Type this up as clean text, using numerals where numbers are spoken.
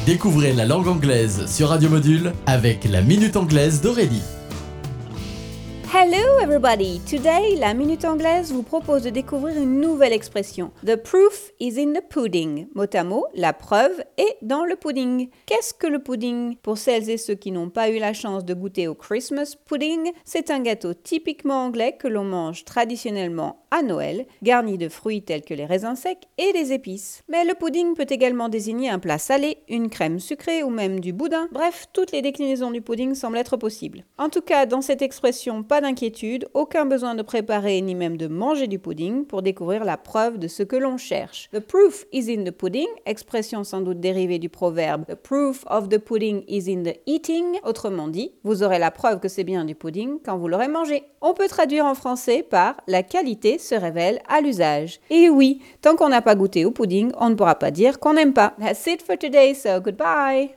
Découvrez la langue anglaise sur Radio Module avec la Minute Anglaise d'Aurélie. Hello everybody! Today, la Minute Anglaise vous propose de découvrir une nouvelle expression. The proof is in the pudding. Mot à mot, la preuve est dans le pudding. Qu'est-ce que le pudding? Pour celles et ceux qui n'ont pas eu la chance de goûter au Christmas pudding, c'est un gâteau typiquement anglais que l'on mange traditionnellement à Noël, garni de fruits tels que les raisins secs et des épices. Mais le pudding peut également désigner un plat salé, une crème sucrée ou même du boudin. Bref, toutes les déclinaisons du pudding semblent être possibles. En tout cas, dans cette expression, pas d'inquiétude, aucun besoin de préparer ni même de manger du pudding pour découvrir la preuve de ce que l'on cherche. The proof is in the pudding, expression sans doute dérivée du proverbe The proof of the pudding is in the eating. Autrement dit, vous aurez la preuve que c'est bien du pudding quand vous l'aurez mangé. On peut traduire en français par la qualité se révèle à l'usage. Et oui, tant qu'on n'a pas goûté au pudding, on ne pourra pas dire qu'on n'aime pas. That's it for today, so goodbye!